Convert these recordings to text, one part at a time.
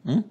М?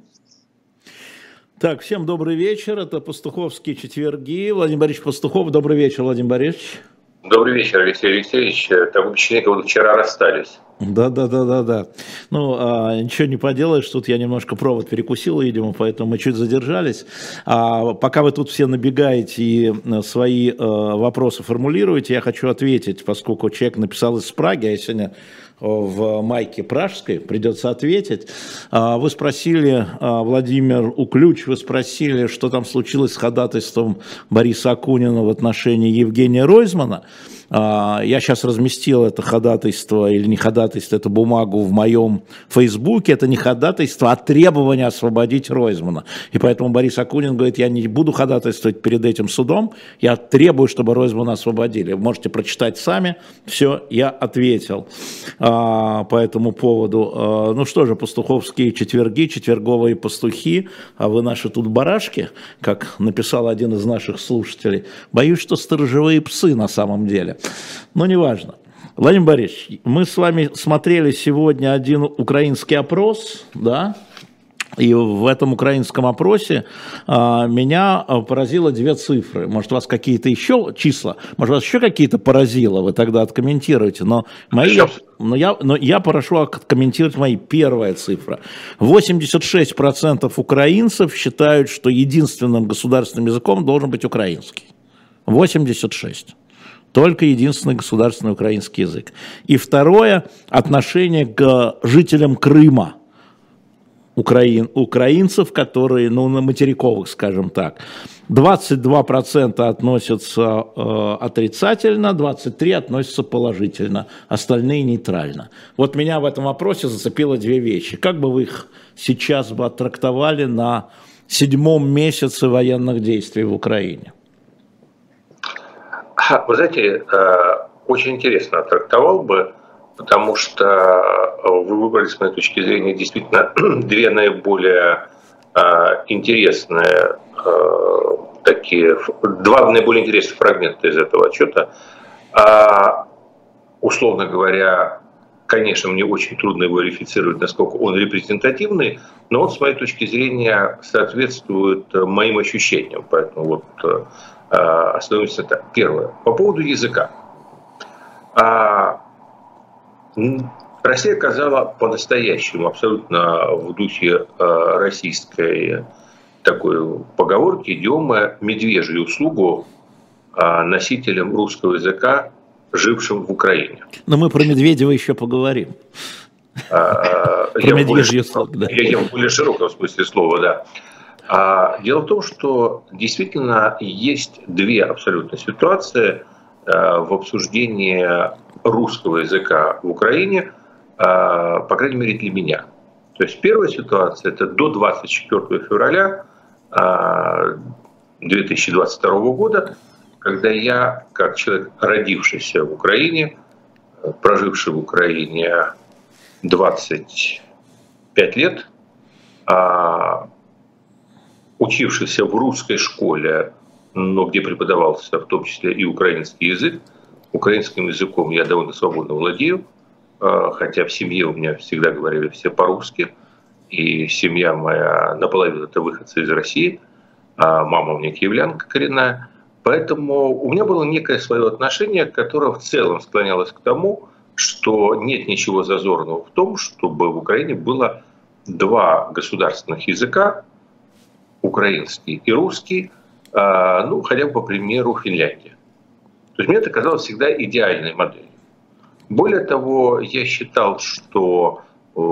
Так, всем добрый вечер. Это Пастуховские четверги. Владимир Борисович Пастухов. Добрый вечер, Владимир Борисович. Добрый вечер, Алексей Алексеевич. Такое впечатление, как будто вчера расстались. Да. Ну, ничего не поделаешь, тут я немножко провод перекусил, видимо, поэтому мы чуть задержались. Пока вы тут все набегаете и свои вопросы формулируете, я хочу ответить, поскольку человек написал из Праги, а я сегодня в майке пражской, придется ответить. Вы спросили, Владимир Уключ, вы спросили, что там случилось с ходатайством Бориса Акунина в отношении Евгения Ройзмана. Я сейчас разместил это ходатайство, или не ходатайство, эту бумагу в моем фейсбуке. Это не ходатайство, а требование освободить Ройзмана. И поэтому Борис Акунин говорит, я не буду ходатайствовать перед этим судом, я требую, чтобы Ройзмана освободили. Вы можете прочитать сами. Все, я ответил по этому поводу. Ну что же, пастуховские четверги, четверговые пастухи, а вы наши тут барашки, как написал один из наших слушателей. Боюсь, что сторожевые псы на самом деле. Но неважно. Владимир Борисович, мы с вами смотрели сегодня один украинский опрос, да, и в этом украинском опросе меня поразило две цифры. Может, вас какие-то еще числа, может, вас еще какие-то поразило, вы тогда откомментируете, но я прошу откомментировать мои. Первая цифра. 86% украинцев считают, что единственным государственным языком должен быть украинский. 86%. Только единственный государственный украинский язык. И второе, отношение к жителям Крыма, украинцев, которые, ну, на материковых, скажем так. 22% относятся отрицательно, 23% относятся положительно, остальные нейтрально. Вот меня в этом вопросе зацепило две вещи. Как бы вы их сейчас бы оттрактовали на 7-м месяце военных действий в Украине? Вы знаете, очень интересно трактовал бы, потому что вы выбрали, с моей точки зрения, действительно две наиболее интересные два наиболее интересных фрагмента из этого отчета. Условно говоря, конечно, мне очень трудно его верифицировать, насколько он репрезентативный, но он, с моей точки зрения, соответствует моим ощущениям. Поэтому вот остановимся так. Первое. По поводу языка. Россия оказала по-настоящему, абсолютно в духе российской такой поговорки, идиомы, медвежью услугу носителям русского языка, жившим в Украине. Но мы про Медведева еще поговорим. Про медвежью услугу, да. Я в более широком смысле слова, да. Дело в том, что действительно есть две абсолютно ситуации в обсуждении русского языка в Украине, по крайней мере для меня. То есть первая ситуация – это до 24 февраля 2022 года, когда я, как человек, родившийся в Украине, проживший в Украине 25 лет, учившийся в русской школе, но где преподавался в том числе и украинский язык. Украинским языком я довольно свободно владею, хотя в семье у меня всегда говорили все по-русски, и семья моя наполовину это выходцы из России, а мама у меня киевлянка коренная. Поэтому у меня было некое свое отношение, которое в целом склонялось к тому, что нет ничего зазорного в том, чтобы в Украине было два государственных языка, украинский и русский, ну, хотя бы по примеру Финляндии. То есть мне это казалось всегда идеальной моделью. Более того, я считал, что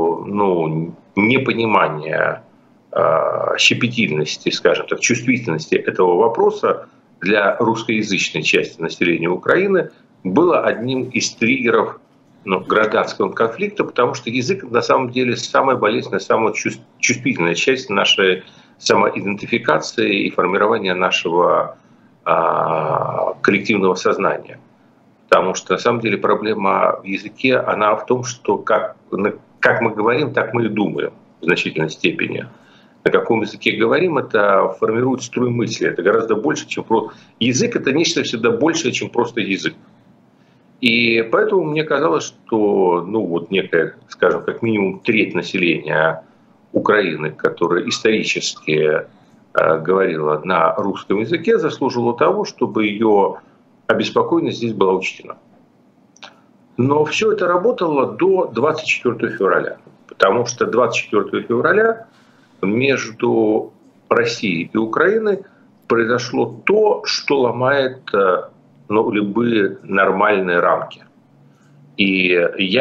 непонимание щепетильности, скажем так, чувствительности этого вопроса для русскоязычной части населения Украины было одним из триггеров гражданского конфликта, потому что язык на самом деле самая болезненная, самая чувствительная часть нашей самоидентификации и формирования нашего коллективного сознания. Потому что на самом деле проблема в языке, она в том, что как мы говорим, так мы и думаем в значительной степени. На каком языке говорим, это формирует строй мысли. Это гораздо больше, чем просто... Язык — это нечто всегда большее, чем просто язык. И поэтому мне казалось, что некая, скажем, как минимум треть населения Украины, которая исторически говорила на русском языке, заслуживала того, чтобы ее обеспокоенность здесь была учтена. Но все это работало до 24 февраля, потому что 24 февраля между Россией и Украиной произошло то, что ломает любые нормальные рамки. И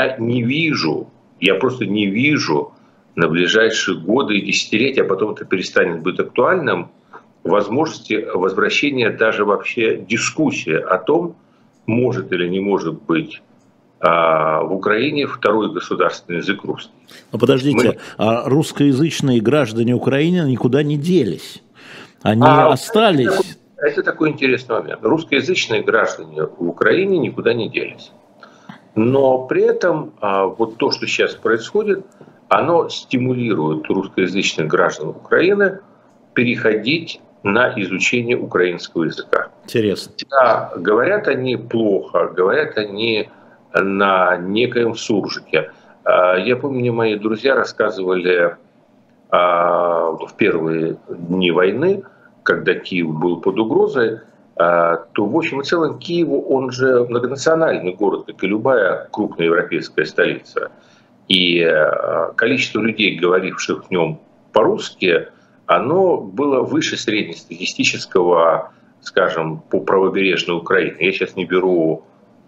я просто не вижу на ближайшие годы и десятилетия, а потом это перестанет быть актуальным, возможности возвращения даже вообще дискуссии о том, может или не может быть в Украине второй государственный язык русский. Но подождите, а русскоязычные граждане Украины никуда не делись? Они остались? Это такой интересный момент. Русскоязычные граждане в Украине никуда не делись. Но при этом вот то, что сейчас происходит, оно стимулирует русскоязычных граждан Украины переходить на изучение украинского языка. Интересно. Да, говорят они плохо, говорят они на некоем суржике. Я помню, мне мои друзья рассказывали в первые дни войны, когда Киев был под угрозой, то в общем и целом Киев, он же многонациональный город, как и любая крупная европейская столица. И количество людей, говоривших в нем по-русски, оно было выше среднестатистического, скажем, по правобережной Украине. Я сейчас не беру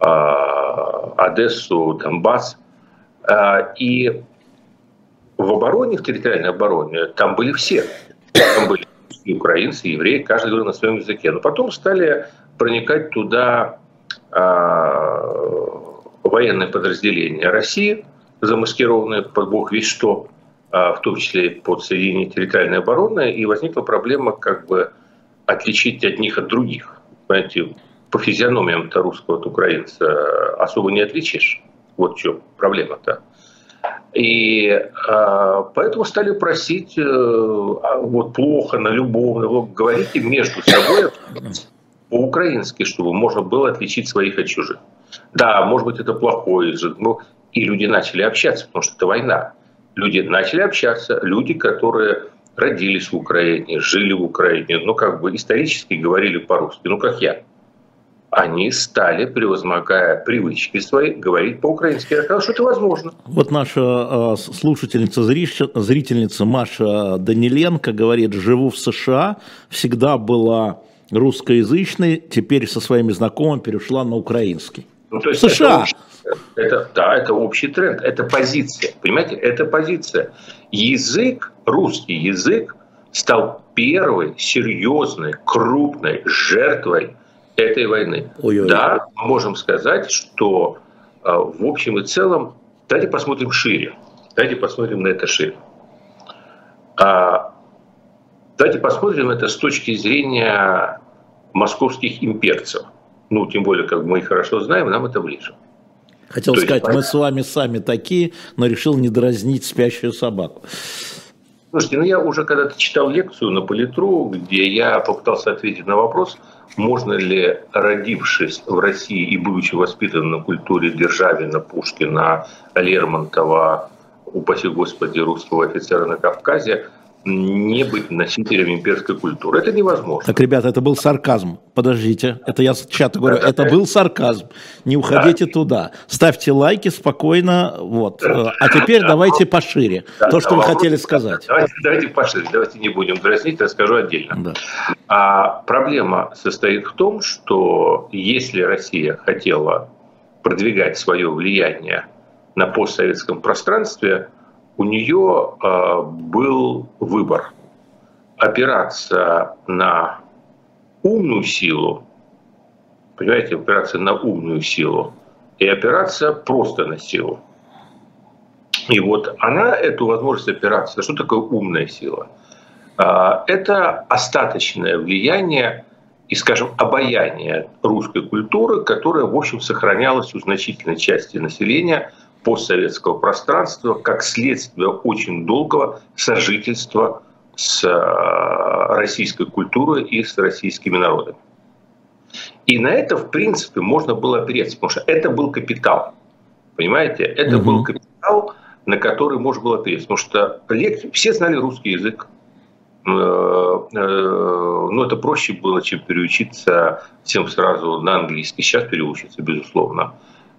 Одессу, Донбасс. И в обороне, в территориальной обороне, там были все. Там были и украинцы, и евреи, каждый говорил на своем языке. Но потом стали проникать туда военные подразделения России, замаскированные под бог весть что, в том числе и под соединение территориальной обороны, и возникла проблема как бы отличить одних от других. Понимаете, по физиономиям-то русского от украинца особо не отличишь. Вот в чем проблема-то. И поэтому стали просить вот плохо, на любовно, говорите между собой по-украински, чтобы можно было отличить своих от чужих. Да, может быть, это плохой язык, но и люди начали общаться, потому что это война. Люди начали общаться, люди, которые родились в Украине, жили в Украине, ну как бы исторически говорили по-русски, ну как я. Они стали, превозмогая привычки свои, говорить по-украински. Я сказал, что это возможно. Вот наша слушательница, зрительница Маша Даниленко говорит, живу в США, всегда была русскоязычной, теперь со своими знакомыми перешла на украинский. Ну, то есть США! Это общий тренд, это позиция, понимаете, это позиция. Язык, русский язык стал первой серьезной, крупной жертвой этой войны. Ой-ой. Да, мы можем сказать, что в общем и целом, давайте посмотрим шире. Давайте посмотрим на это шире. Давайте посмотрим на это с точки зрения московских имперцев. Ну, тем более, как мы их хорошо знаем, нам это ближе. Хотел сказать, мы с вами сами такие, но решил не дразнить спящую собаку. Слушайте, ну я уже когда-то читал лекцию на Политру, где я попытался ответить на вопрос, можно ли, родившись в России и будучи воспитанным на культуре Державина, Пушкина, Лермонтова, упаси Господи, русского офицера на Кавказе, не быть носителем имперской культуры. Это невозможно. Так, ребята, это был сарказм. Подождите, это я с чата говорю, это был сарказм. Не уходите туда. Ставьте лайки спокойно. Вот. А теперь давайте пошире. То, что вы хотели сказать. Давайте пошире. Давайте не будем дразнить, расскажу отдельно. Да. Проблема состоит в том, что если Россия хотела продвигать свое влияние на постсоветском пространстве, у нее был выбор: опираться на умную силу, понимаете, опираться на умную силу и опираться просто на силу. И вот она эту возможность опираться. Что такое умная сила? Это остаточное влияние и, скажем, обаяние русской культуры, которая, в общем, сохранялась у значительной части населения постсоветского пространства как следствие очень долгого сожительства с российской культурой и с российскими народами. И на это, в принципе, можно было опереться, потому что это был капитал. Понимаете? Это был капитал, на который можно было ответить. Потому что все знали русский язык. Но это проще было, чем переучиться всем сразу на английский. Сейчас переучиться, безусловно.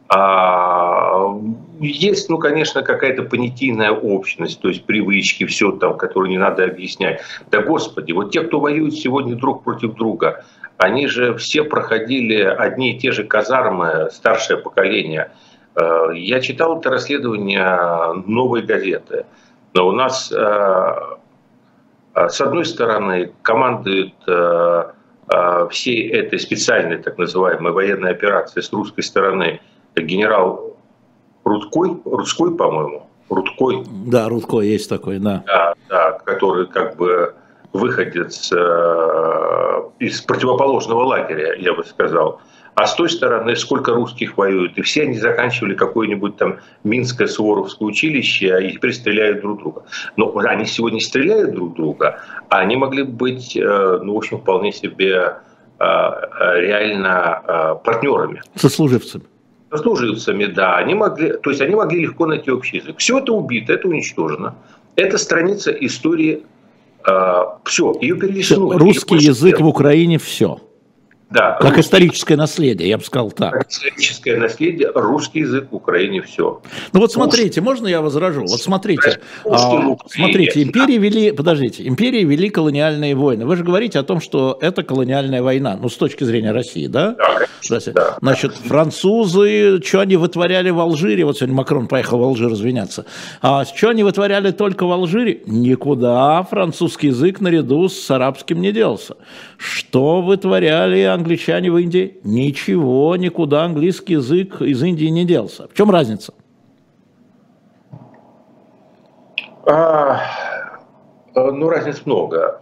Есть, конечно, какая-то понятийная общность, то есть привычки, все там, которые не надо объяснять. Да, Господи, вот те, кто воюет сегодня друг против друга, они же все проходили одни и те же казармы, старшее поколение. Я читал это расследование «Новой газеты». Но у нас, с одной стороны, командует всей этой специальной, так называемой, военной операции с русской стороны генерал Рудской, по-моему, Рудской. Да, Рудской есть такой, да. Да, который как бы выходец из противоположного лагеря, я бы сказал. А с той стороны, сколько русских воюют, и все они заканчивали какое-нибудь там Минское Суворовское училище и теперь стреляют друг друга. Но они сегодня стреляют друг друга, а они могли быть, в общем, вполне себе реально партнерами. Сослуживцами. Сослуживцами, да. Они могли легко найти общий язык. Все это убито, это уничтожено. Это страница истории. Все, ее перелистнули. Русский язык в Украине все. Да, как историческое наследие, я бы сказал так. Как историческое наследие, русский язык в Украине все. Ну вот смотрите, можно я возражу? Вот смотрите, империи вели колониальные войны. Вы же говорите о том, что это колониальная война, с точки зрения России, да? Да, конечно, да. Значит, французы, что они вытворяли в Алжире, вот сегодня Макрон поехал в Алжир извиняться, что они вытворяли только в Алжире? Никуда французский язык наряду с арабским не делся. Что вытворяли англичане в Индии? Ничего, никуда английский язык из Индии не делся. В чем разница? Разниц много.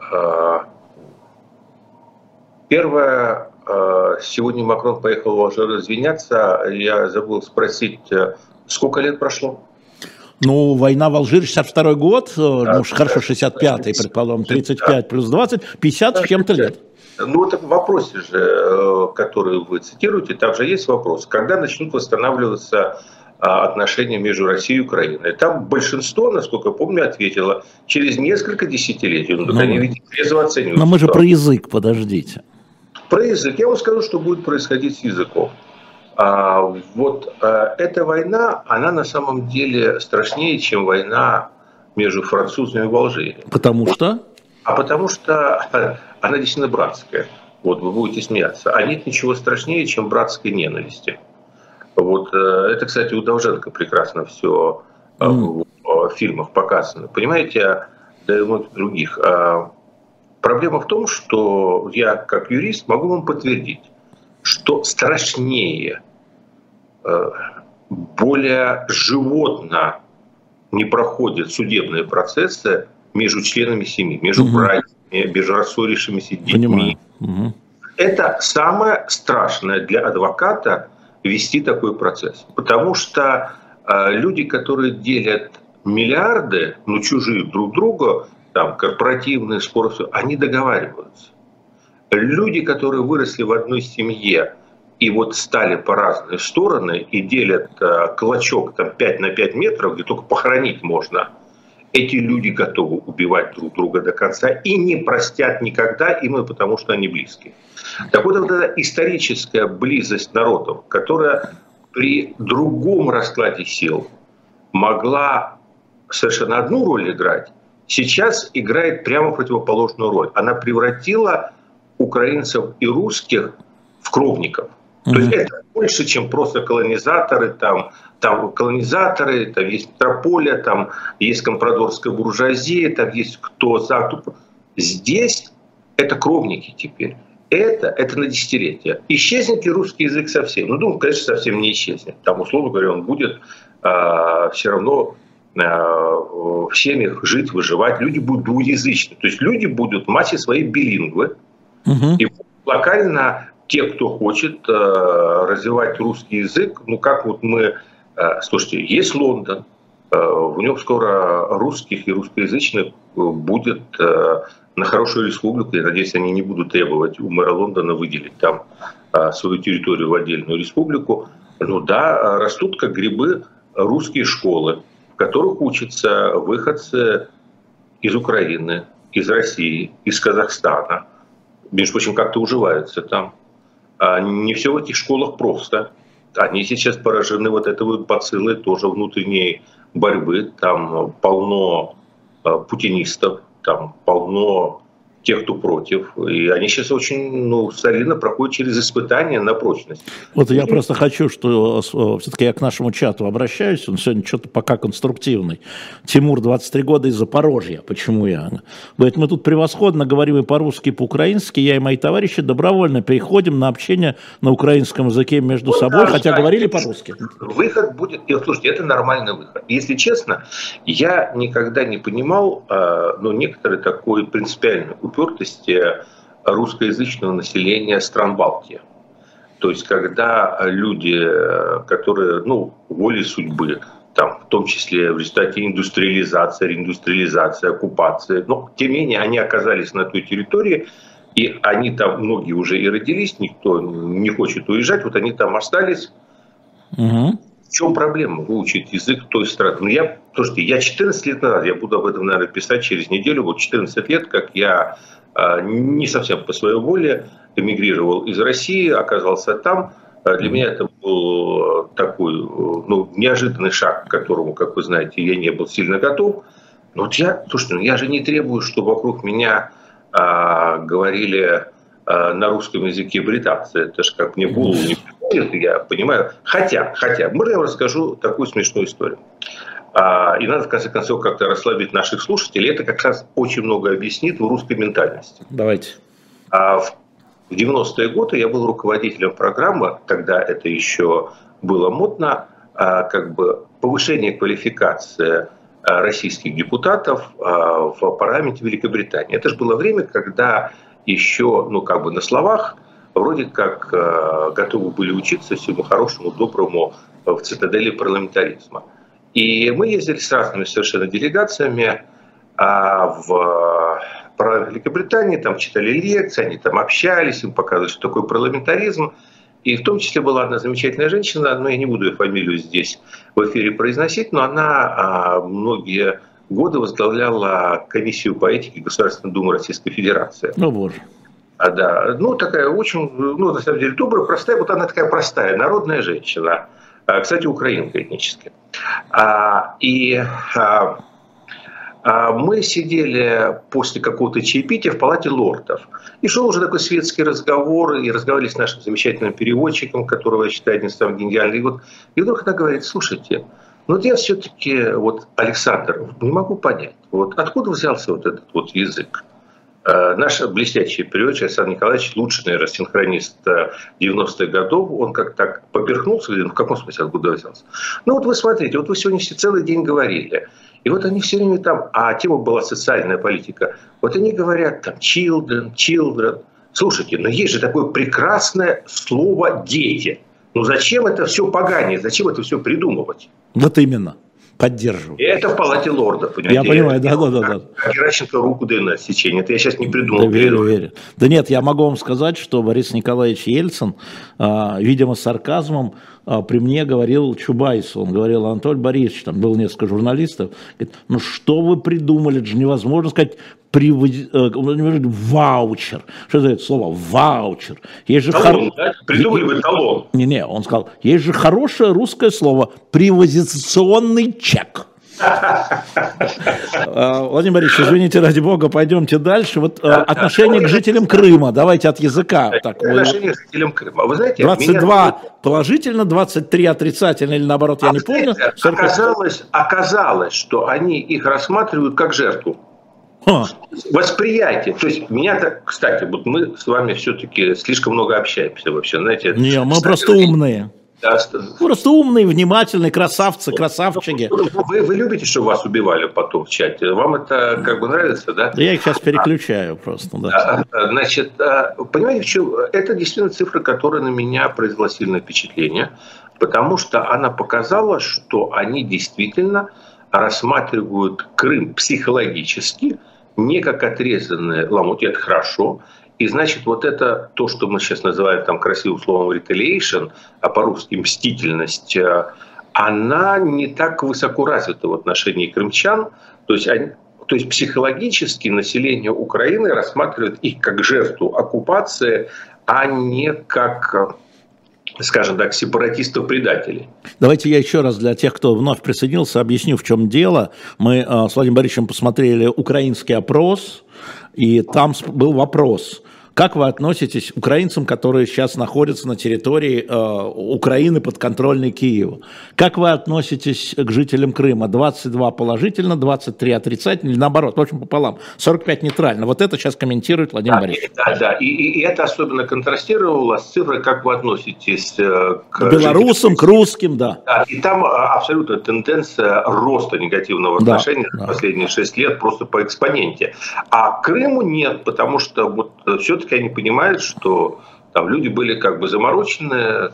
Первое, сегодня Макрон поехал в Алжир извиняться. Я забыл спросить, сколько лет прошло? Война в Алжире 62-й год, хорошо, 65-й, предположим, 35 плюс 20, 50 с чем-то лет. Это в вопросе же, который вы цитируете, там же есть вопрос, когда начнут восстанавливаться отношения между Россией и Украиной. Там большинство, насколько я помню, ответило через несколько десятилетий. Они, видимо, трезво оценивают. Но мы же про язык, подождите. Про язык. Я вам скажу, что будет происходить с языком. Эта война, она на самом деле страшнее, чем война между французами в Алжире. Потому что? Потому что она действительно братская. Вы будете смеяться. А нет ничего страшнее, чем братской ненависти. Это, кстати, у Довженко прекрасно все в фильмах показано. Понимаете, да и многих других. Проблема в том, что я, как юрист, могу вам подтвердить, что страшнее, более животно не проходят судебные процессы между членами семьи, между братьями, между рассорившимися детьми. Это самое страшное для адвоката вести такой процесс. Потому что люди, которые делят миллиарды, чужие друг друга, там корпоративные споры, они договариваются. Люди, которые выросли в одной семье и стали по разные стороны и делят клочок 5 на 5 метров, где только похоронить можно, эти люди готовы убивать друг друга до конца и не простят никогда, именно потому что они близкие. Так вот, эта историческая близость народов, которая при другом раскладе сил могла совершенно одну роль играть, сейчас играет прямо противоположную роль. Она превратила украинцев и русских в кровников. То есть это больше, чем просто колонизаторы, там есть метрополия, там есть компрадорская буржуазия, там есть кто за. Здесь это кровники теперь. Это на десятилетия. Исчезнет ли русский язык совсем? Думаю, конечно, совсем не исчезнет. Там, условно говоря, он будет все равно в семьях жить, выживать. Люди будут двуязычны. То есть люди будут в массе своей билингвы. И локально те, кто хочет развивать русский язык, как мы... Слушайте, есть Лондон, в нем скоро русских и русскоязычных будет на хорошую республику. Я надеюсь, они не будут требовать у мэра Лондона выделить там свою территорию в отдельную республику. Растут как грибы русские школы. которых учатся выходцы из Украины, из России, из Казахстана. Между прочим, как-то уживаются там. Не все в этих школах просто. Они сейчас поражены вот этой вот бациллой тоже внутренней борьбы. Там полно путинистов, там полно тех, кто против. И они сейчас очень солидно проходят через испытания на прочность. Вот я просто хочу, что все-таки я к нашему чату обращаюсь, он сегодня что-то пока конструктивный. Тимур, 23 года, из Запорожья. Почему я? Говорит, мы тут превосходно говорим и по-русски, и по-украински. Я и мои товарищи добровольно переходим на общение на украинском языке между собой, хотя говорили по-русски. Выход будет... Слушайте, это нормальный выход. Если честно, я никогда не понимал, некоторой такой принципиальной упертости русскоязычного населения стран Балтии. То есть, когда люди, которые, волей судьбы, там, в том числе в результате индустриализации, реиндустриализации, оккупации, но тем не менее они оказались на той территории, и они там, многие уже и родились, никто не хочет уезжать, вот они там остались. Угу. В чем проблема выучить язык той страны? Слушайте, я 14 лет назад, я буду об этом, наверное, писать через неделю, вот 14 лет, как я не совсем по своей воле эмигрировал из России, оказался там. Для меня это был такой неожиданный шаг, к которому, как вы знаете, я не был сильно готов. Но вот я же не требую, чтобы вокруг меня говорили на русском языке британцы. Это же как мне в голову не приходит, я понимаю. Хотя, можно я вам расскажу такую смешную историю? И надо, в конце концов, как-то расслабить наших слушателей. Это как раз очень много объяснит в русской ментальности. Давайте. В 90-е годы я был руководителем программы, тогда это еще было модно, повышение квалификации российских депутатов в парламенте Великобритании. Это же было время, когда еще, на словах, вроде как готовы были учиться всему хорошему, доброму в цитадели парламентаризма. И мы ездили с разными совершенно делегациями в Великобритании, там читали лекции, они там общались, им показывали, что такое парламентаризм. И в том числе была одна замечательная женщина, но я не буду ее фамилию здесь в эфире произносить, но она многие годы возглавляла комиссию по этике Государственной Думы Российской Федерации. Боже. Да, такая очень, на самом деле, добрая, простая, вот она такая простая, народная женщина. Кстати, украинка этнически. Мы сидели после какого-то чаепития в палате лордов. И шел уже такой светский разговор, и разговаривали с нашим замечательным переводчиком, которого я считаю одним из самых гениальных. И вдруг она говорит, слушайте, я все-таки, Александр, не могу понять, откуда взялся этот язык? Наш блестящий переводчик Александр Николаевич, лучший, наверное, синхронист 90-х годов, он как так поперхнулся, говорит, в каком смысле откуда взялся? Вы смотрите, вы сегодня целый день говорили, и они все время там, а тема была социальная политика, они говорят там children. Слушайте, есть же такое прекрасное слово «дети». Зачем это все поганить, зачем это все придумывать? Вот именно. Поддерживаю. И это в палате лордов, понимаете? Я понимаю, да. Геращенко руку дай на отсечение. Это я сейчас не придумал. Да, верю. Да нет, я могу вам сказать, что Борис Николаевич Ельцин, видимо, с сарказмом при мне говорил Чубайсу. Он говорил, Анатолий Борисович, там было несколько журналистов, говорит, что вы придумали, это же невозможно сказать ваучер. Что это слово? Ваучер. Есть же талон, да? Придумали вы талон. Не, он сказал, есть же хорошее русское слово приватизационный чек. Владимир Борисович, извините, ради бога, пойдемте дальше. Отношение к жителям Крыма. Давайте от языка. Отношение к жителям Крыма. Вы знаете, 22 положительно, 23 отрицательно, или наоборот, я не помню. Оказалось, что они их рассматривают как жертву. Восприятие. То есть меня-то, кстати, мы с вами все-таки слишком много общаемся вообще, знаете. Не, мы просто умные. Да. Просто умные, внимательные, красавцы, красавчики. Вы любите, чтобы вас убивали потом в чате? Вам это нравится, да? Я их сейчас переключаю просто, да. Значит, понимаете, это действительно цифра, которая на меня произвела сильное впечатление, потому что она показала, что они действительно рассматривают Крым психологически, не как отрезанный ломоть, это хорошо. И значит, это то, что мы сейчас называем там красивым словом retaliation, а по-русски мстительность, она не так высоко развита в отношении крымчан. То есть психологически население Украины рассматривает их как жертву оккупации, а не как, скажем так, сепаратистов-предателей. Давайте я еще раз для тех, кто вновь присоединился, объясню, в чем дело. Мы с Владимиром Борисовичем посмотрели украинский опрос, и там был вопрос: как вы относитесь к украинцам, которые сейчас находятся на территории Украины подконтрольной Киеву? Как вы относитесь к жителям Крыма? 22 положительно, 23 отрицательно, или наоборот, в общем пополам, 45 нейтрально. Вот это сейчас комментирует Владимир Борисович. Да. И это особенно контрастировало с цифрой, как вы относитесь к белорусам, к русским, да. И там абсолютно тенденция роста негативного отношения за последние 6 лет просто по экспоненте. А к Крыму нет, потому что вот все-таки они понимают, что там люди были как бы заморочены,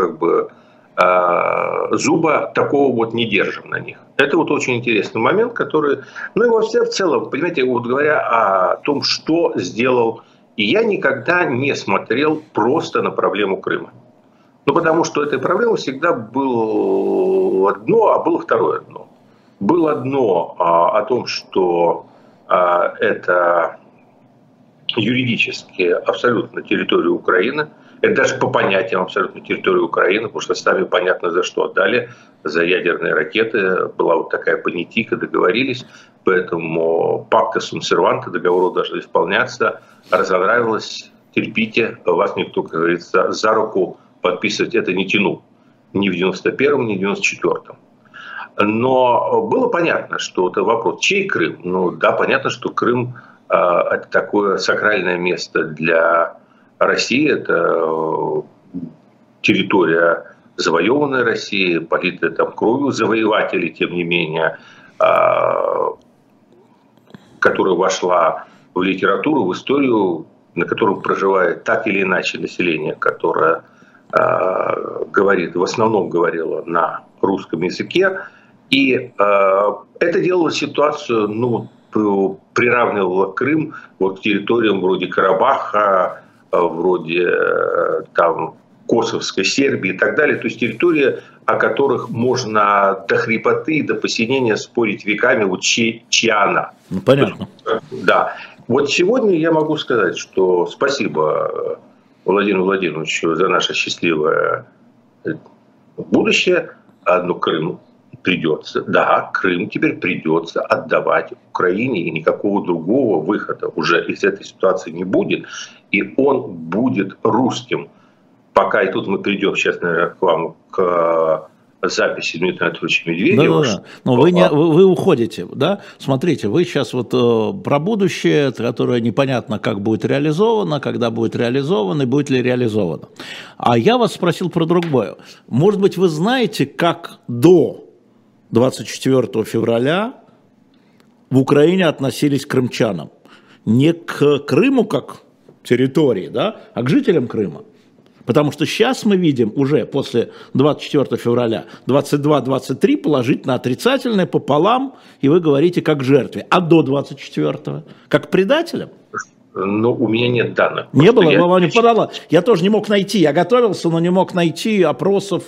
зуба такого вот не держим на них. Это вот очень интересный момент, который, и вообще в целом, понимаете, вот говоря о том, что сделал, и я никогда не смотрел просто на проблему Крыма. Потому что этой проблемой всегда было одно, а было второе дно. Было одно о том, что это юридически абсолютно территория Украины. Это даже по понятиям абсолютно территория Украины, потому что сами понятно, за что отдали. За ядерные ракеты была вот такая понятийка, договорились. Поэтому пакта сум серванта, договор должен исполняться. Разонравилось, терпите, вас никто, как говорится, за руку подписывать это не тянул. Ни в 91-м, ни в 94-м. Но было понятно, что это вопрос, чей Крым? Да, понятно, что Крым – это такое сакральное место для России. Это территория завоеванной России, политая там кровью завоевателей, тем не менее, которая вошла в литературу, в историю, на которой проживает так или иначе население, которое говорит, в основном говорило на русском языке. И это делало ситуацию, приравнивало Крым вот к территориям вроде Карабаха, вроде там Косовской Сербии и так далее. То есть территории, о которых можно до хрипоты, до посинения спорить веками, вот чья она. Понятно. Да. Вот сегодня я могу сказать, что спасибо Владимиру Владимировичу за наше счастливое будущее. Крым придется, Крым теперь придется отдавать Украине, и никакого другого выхода уже из этой ситуации не будет. И он будет русским. Пока, и тут мы придем сейчас, наверное, к вам, к записи Дмитрия Анатольевича Медведева. Да. Но вы уходите, да? Смотрите, вы сейчас вот про будущее, которое непонятно, как будет реализовано, когда будет реализовано и будет ли реализовано. А я вас спросил про другое. Может быть, вы знаете, как до 24 февраля в Украине относились к крымчанам? Не к Крыму как территории, да, а к жителям Крыма. Потому что сейчас мы видим уже после 24 февраля 22-23 положительно отрицательное пополам, и вы говорите как жертве. А до 24-го? Как предателям? У меня нет данных. Не было, мама не подала. Я тоже не мог найти. Я готовился, но не мог найти опросов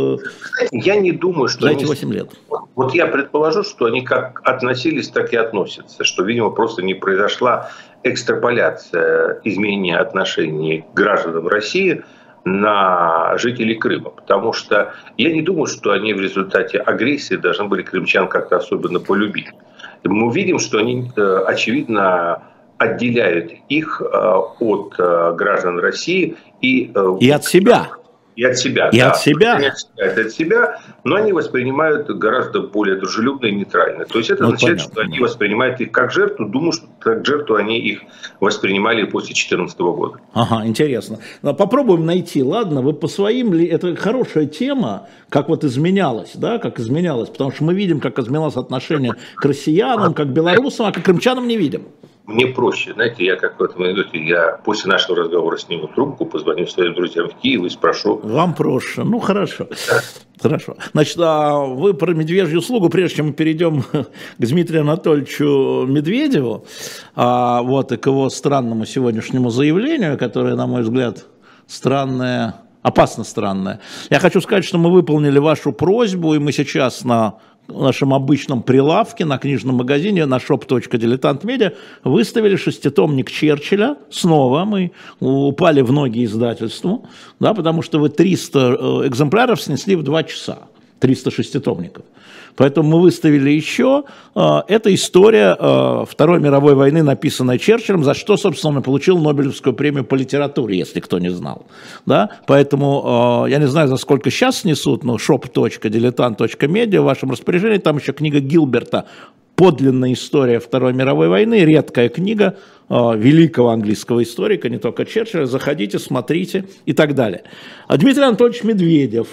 Я не думаю, что за эти 8 лет. Вот я предположу, что они как относились, так и относятся. Что, видимо, просто не произошла экстраполяция изменения отношений к гражданам России на жителей Крыма. Потому что я не думаю, что они в результате агрессии должны были крымчан как-то особенно полюбить. Мы видим, что они, очевидно, отделяют их от граждан России и от себя. И от себя. И от себя. Они от себя, но они воспринимают гораздо более дружелюбно и нейтрально. То есть это означает, что они воспринимают их как жертву, думаю, что как жертву они их воспринимали после 2014 года. Ага, интересно. Попробуем найти, ладно, вы по своим, это хорошая тема, как вот изменялось, да, как изменялось, потому что мы видим, как изменялось отношение к россиянам, как к белорусам, а к крымчанам не видим. Мне проще, знаете, я как в этом анекдоте, я после нашего разговора сниму трубку, позвоню своим друзьям в Киев и спрошу. Вам проще, хорошо. Хорошо. Значит, вы про медвежью услугу, прежде чем мы перейдем к Дмитрию Анатольевичу Медведеву, и к его странному сегодняшнему заявлению, которое, на мой взгляд, странное, Опасно странная. Я хочу сказать, что мы выполнили вашу просьбу, и мы сейчас на нашем обычном прилавке, на книжном магазине, на shop.diletant.media выставили шеститомник Черчилля. Снова мы упали в ноги издательству, да, потому что вы 300 экземпляров снесли в 2 часа. 300 шеститомников. Поэтому мы выставили еще. Это история Второй мировой войны, написанная Черчиллем, за что, собственно, он получил Нобелевскую премию по литературе, если кто не знал. Да? Поэтому я не знаю, за сколько сейчас снесут, но shop.diletant.media в вашем распоряжении, там еще книга Гилберта «Подлинная история Второй мировой войны», редкая книга великого английского историка, не только Черчилля. Заходите, смотрите и так далее. Дмитрий Анатольевич Медведев.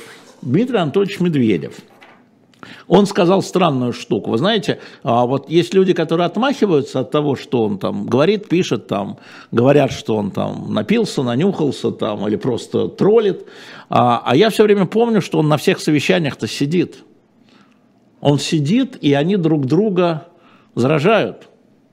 Он сказал странную штуку. Вы знаете, вот есть люди, которые отмахиваются от того, что он там говорит, пишет, там, говорят, что он там напился, нанюхался там, или просто троллит. А я все время помню, что он на всех совещаниях-то сидит. Он сидит, и они друг друга заражают.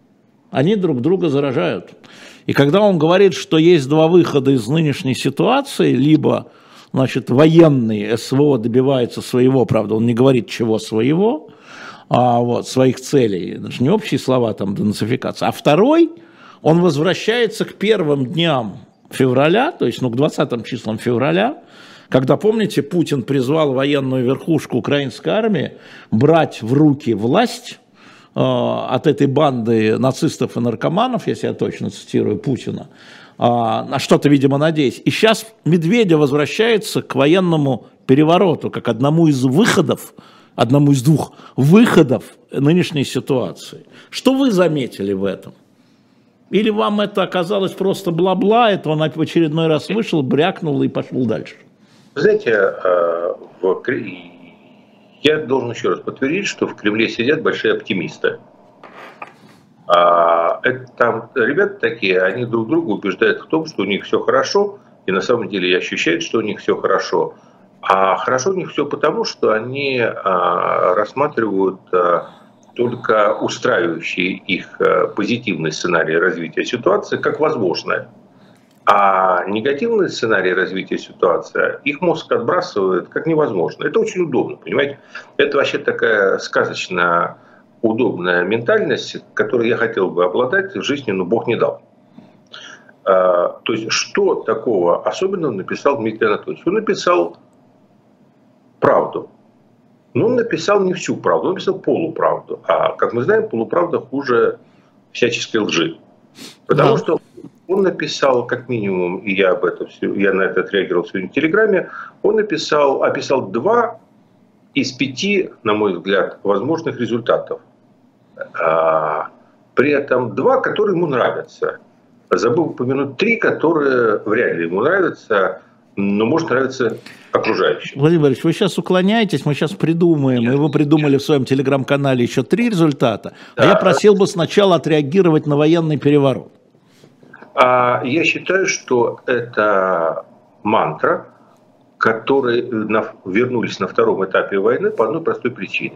И когда он говорит, что есть 2 выхода из нынешней ситуации, либо... Значит, военный СВО добивается своего, правда, он не говорит, чего своего, своих целей, даже не общие слова, там, денацификация. А второй, он возвращается к первым дням февраля, то есть, к 20 числам февраля, когда, помните, Путин призвал военную верхушку украинской армии брать в руки власть от этой банды нацистов и наркоманов, если я точно цитирую Путина, на что-то, видимо, надеясь. И сейчас Медведев возвращается к военному перевороту, как одному из 2 выходов нынешней ситуации. Что вы заметили в этом? Или вам это оказалось просто бла-бла, это он в очередной раз вышел, брякнул и пошел дальше? Вы знаете, я должен еще раз подтвердить, что в Кремле сидят большие оптимисты. Там ребята такие, они друг друга убеждают в том, что у них все хорошо, и на самом деле ощущают, что у них все хорошо. А хорошо у них все потому, что они рассматривают только устраивающий их позитивный сценарий развития ситуации как возможное. А негативный сценарий развития ситуации их мозг отбрасывает как невозможно. Это очень удобно, понимаете? Это вообще такая сказочная... удобная ментальность, которой я хотел бы обладать в жизни, но Бог не дал. То есть, что такого особенного написал Дмитрий Анатольевич? Он написал правду. Но он написал не всю правду, он написал полуправду. А, как мы знаем, полуправда хуже всяческой лжи. Потому что он написал, как минимум, и я на это отреагировал сегодня в Телеграме, он описал 2 из 5, на мой взгляд, возможных результатов. При этом 2, которые ему нравятся. Забыл упомянуть 3, которые вряд ли ему нравятся, но может нравиться окружающим. Владимир Борисович, вы сейчас уклоняетесь, мы сейчас придумаем, и вы придумали в своем телеграм-канале еще 3 результата. Да. А я просил бы сначала отреагировать на военный переворот. Я считаю, что это мантра, которые вернулись на 2-м этапе войны по одной простой причине.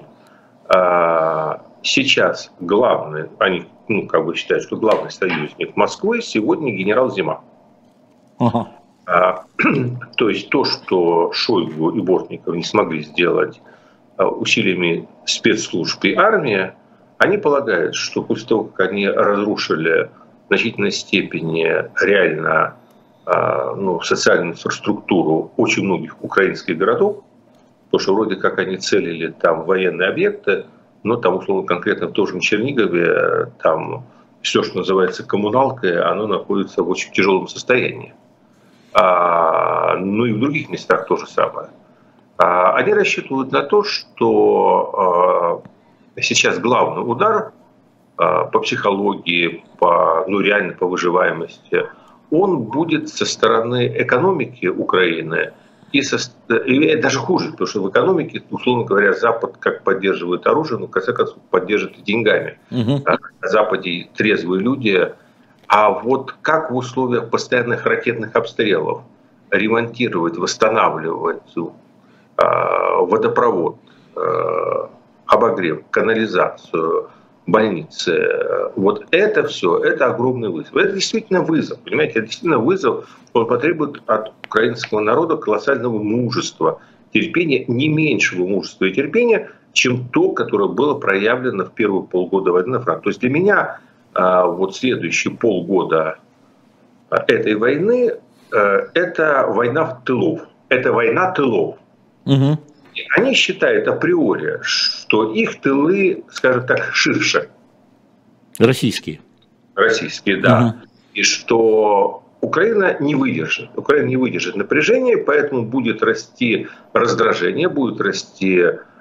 Сейчас главный, они считают, что главный союзник Москвы сегодня генерал Зима. Ага. То есть то, что Шойгу и Бортников не смогли сделать усилиями спецслужб и армии, они полагают, что после того, как они разрушили в значительной степени реально социальную инфраструктуру очень многих украинских городов, потому что вроде как они целили там военные объекты, но там, условно, конкретно в том же Чернигове, там все, что называется коммуналкой, оно находится в очень тяжелом состоянии. Ну и в других местах то же самое. Они рассчитывают на то, что сейчас главный удар по психологии, реально по выживаемости, он будет со стороны экономики Украины, и даже хуже, потому что в экономике, условно говоря, Запад как поддерживает оружие, но в конце концов поддерживает деньгами. На Западе трезвые люди. А вот как в условиях постоянных ракетных обстрелов ремонтировать, восстанавливать водопровод, обогрев, канализацию, больницы. Вот это все, это огромный вызов. Это действительно вызов, понимаете, это действительно вызов. Он потребует от украинского народа колоссального мужества, терпения, не меньшего мужества и терпения, чем то, которое было проявлено в первые полгода войны на фронте. То есть для меня вот следующие полгода этой войны это война тылов. Это война тылов. Угу. Они считают априори, что их тылы, скажем так, ширше. Российские. Российские, да. Угу. И что Украина не выдержит. Украина не выдержит напряжения, поэтому будет расти раздражение, будет расти,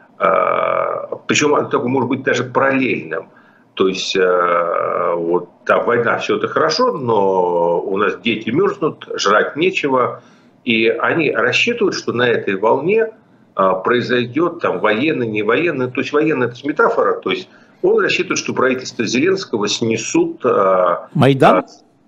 причем оно такое может быть даже параллельным. То есть вот там война, все это хорошо, но у нас дети мерзнут, жрать нечего. И они рассчитывают, что на этой волне произойдет там военный, не военный. То есть военный — это метафора. То есть он рассчитывает, что правительство Зеленского снесут... Майдан?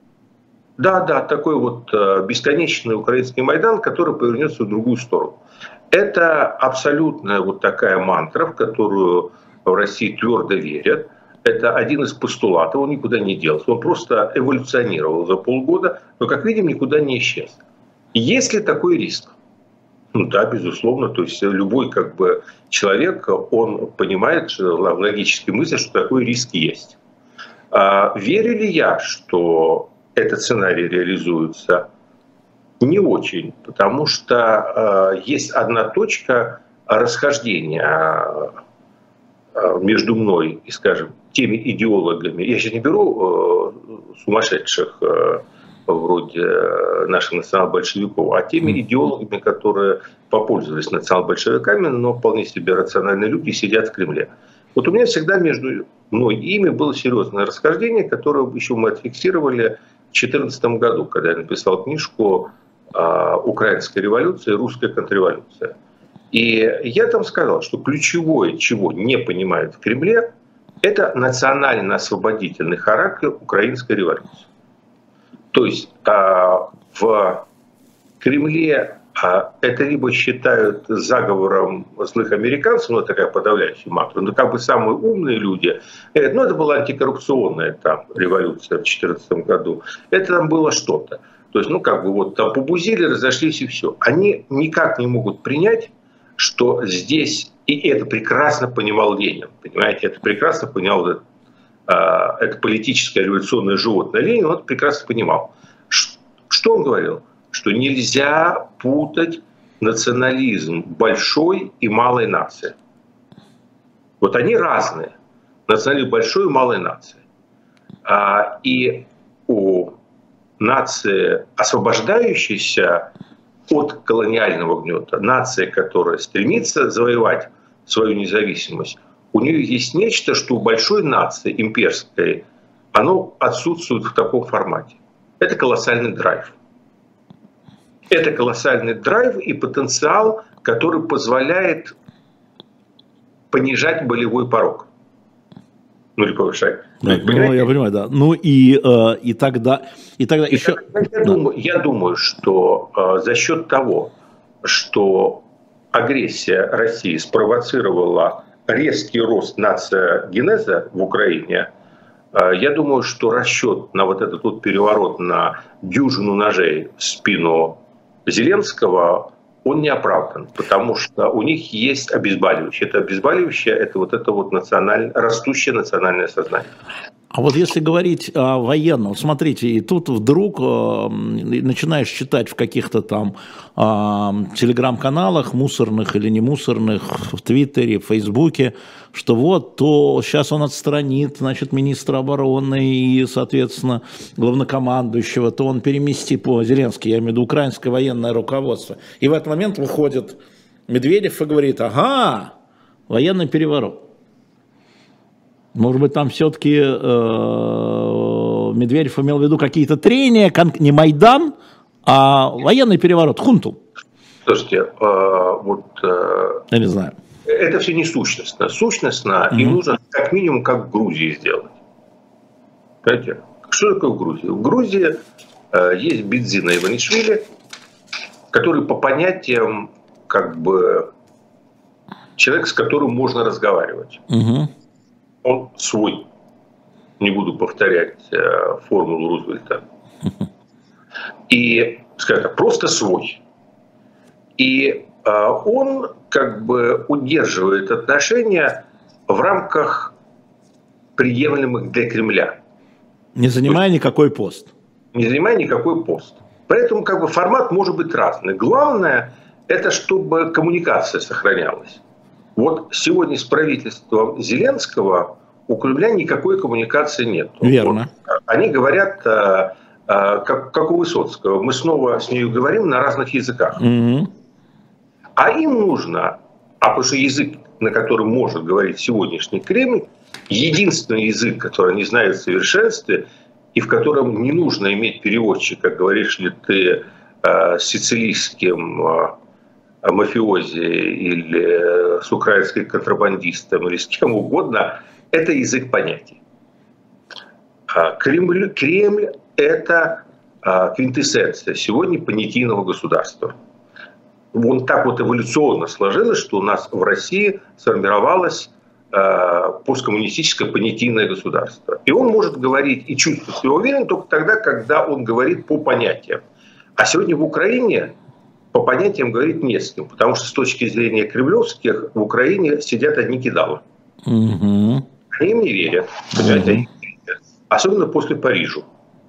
Да, такой вот бесконечный украинский Майдан, который повернется в другую сторону. Это абсолютная вот такая мантра, в которую в России твердо верят. Это один из постулатов, он никуда не делся. Он просто эволюционировал за полгода, но, как видим, никуда не исчез. Есть ли такой риск? Ну да, безусловно. То есть любой как бы человек, он понимает в логической мысли, что такой риск есть. Верю ли я, что этот сценарий реализуется? Не очень, потому что есть одна точка расхождения между мной и, скажем, теми идеологами. Я сейчас не беру сумасшедших вроде наших национал-большевиков, а теми идеологами, которые попользовались национал-большевиками, но вполне себе рациональные люди сидят в Кремле. Вот у меня всегда между мной и ими было серьезное расхождение, которое еще мы отфиксировали в 2014 году, когда я написал книжку «Украинская революция и русская контрреволюция». И я там сказал, что ключевое, чего не понимают в Кремле, это национально-освободительный характер украинской революции. То есть в Кремле это либо считают заговором злых американцев, ну, такая подавляющая мантра, но как бы самые умные люди, ну, это была антикоррупционная там революция в 2014 году, это там было что-то. То есть, ну, как бы вот там побузили, разошлись и все. Они никак не могут принять, что здесь, и это прекрасно понимал Ленин, понимаете, это прекрасно понимал это политическое революционное животное Ленин, он это прекрасно понимал. Что он говорил? Что нельзя путать национализм большой и малой нации. Вот они разные. Национализм большой и малой нации. И у нации, освобождающейся от колониального гнета, нация, которая стремится завоевать свою независимость, у нее есть нечто, что у большой нации, имперской, оно отсутствует в таком формате. Это колоссальный драйв. Это колоссальный драйв и потенциал, который позволяет понижать болевой порог. Ну или повышать. Да, ну, я понимаю, да. Ну и тогда еще... Я думаю, что за счет того, что агрессия России спровоцировала резкий рост нациогенеза в Украине, я думаю, что расчет на вот этот вот переворот на дюжину ножей в спину Зеленского, он не оправдан, потому что у них есть обезболивающее. Это обезболивающее, это вот растущее национальное сознание. А вот если говорить о военном, смотрите, и тут вдруг начинаешь читать в каких-то там телеграм-каналах, мусорных или не мусорных, в Твиттере, в Фейсбуке, что вот, то сейчас он отстранит, значит, министра обороны и, соответственно, главнокомандующего, то он переместит, Зеленский, я имею в виду украинское военное руководство. И в этот момент выходит Медведев и говорит: ага, военный переворот. Может быть, там все-таки Медведев имел в виду какие-то трения, не Майдан, а военный переворот, хунту. Слушайте, я не знаю. Это все не сущностно. Сущностно и нужно как минимум как в Грузии сделать. Понимаете? Что такое в Грузии? В Грузии есть Бедзина Иванишвили, который по понятиям как бы человек, с которым можно разговаривать. Он свой. не буду повторять формулу Рузвельта. И, скажем так, просто свой. И он как бы удерживает отношения в рамках приемлемых для Кремля. Не занимая никакой пост. Не занимая никакой пост. Поэтому как бы формат может быть разный. Главное, это чтобы коммуникация сохранялась. Вот сегодня с правительством Зеленского у Кремля никакой коммуникации нет. Верно. Вот, они говорят, как у Высоцкого, мы снова с нею говорим на разных языках. Угу. А им нужно, потому что язык, на котором может говорить сегодняшний Кремль, единственный язык, который они знают в совершенстве, и в котором не нужно иметь переводчика, говоришь ли ты с сицилийским мафиози или с украинским контрабандистом или с кем угодно, это язык понятий. Кремль – это квинтэссенция сегодня понятийного государства. Вон так вот эволюционно сложилось, что у нас в России сформировалось посткоммунистическое понятийное государство. И он может говорить и чувствовать себя уверенно только тогда, когда он говорит по понятиям. А сегодня в Украине по понятиям говорить не с кем, потому что с точки зрения кремлевских в Украине сидят одни кидалы. Угу. Они им не верят. Угу. Особенно после Парижа.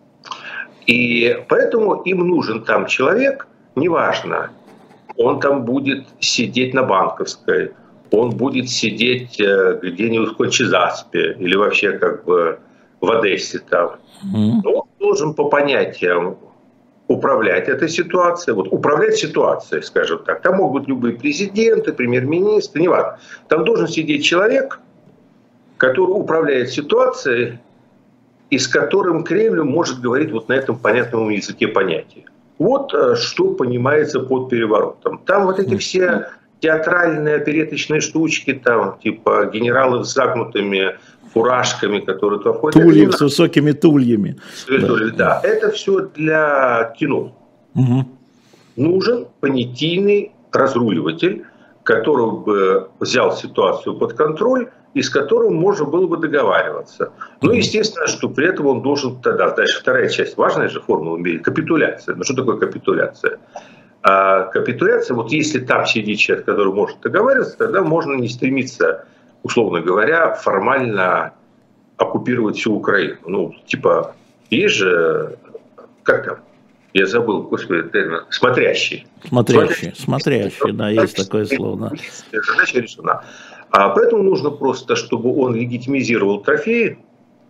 И поэтому им нужен там человек, неважно, он там будет сидеть на Банковской, он будет сидеть где-нибудь в Кончезаспе или вообще как бы в Одессе там. Но он должен по понятиям управлять этой ситуацией. Вот управлять ситуацией, скажем так. Там могут быть любые президенты, премьер-министры, неважно. Там должен сидеть человек, который управляет ситуацией и с которым Кремль может говорить вот на этом понятном языке понятий. Вот что понимается под переворотом. Там вот эти все театральные опереточные штучки, там типа генералы с загнутыми фуражками, которые туда входят. Тульи с высокими тульями. Да, это все для кино. Угу. Нужен понятийный разруливатель, который бы взял ситуацию под контроль и с которым можно было бы договариваться. Ну, естественно, что при этом он должен тогда, дальше вторая часть, важная же формула – капитуляция. Ну, что такое капитуляция? Капитуляция, вот если там сидит человек, который может договариваться, тогда можно не стремиться, условно говоря, формально оккупировать всю Украину. Ну, типа, есть же, как там, я забыл, господи, термин, смотрящий. Смотрящий, да, есть такое слово. Задача решена. А поэтому нужно просто, чтобы он легитимизировал трофеи.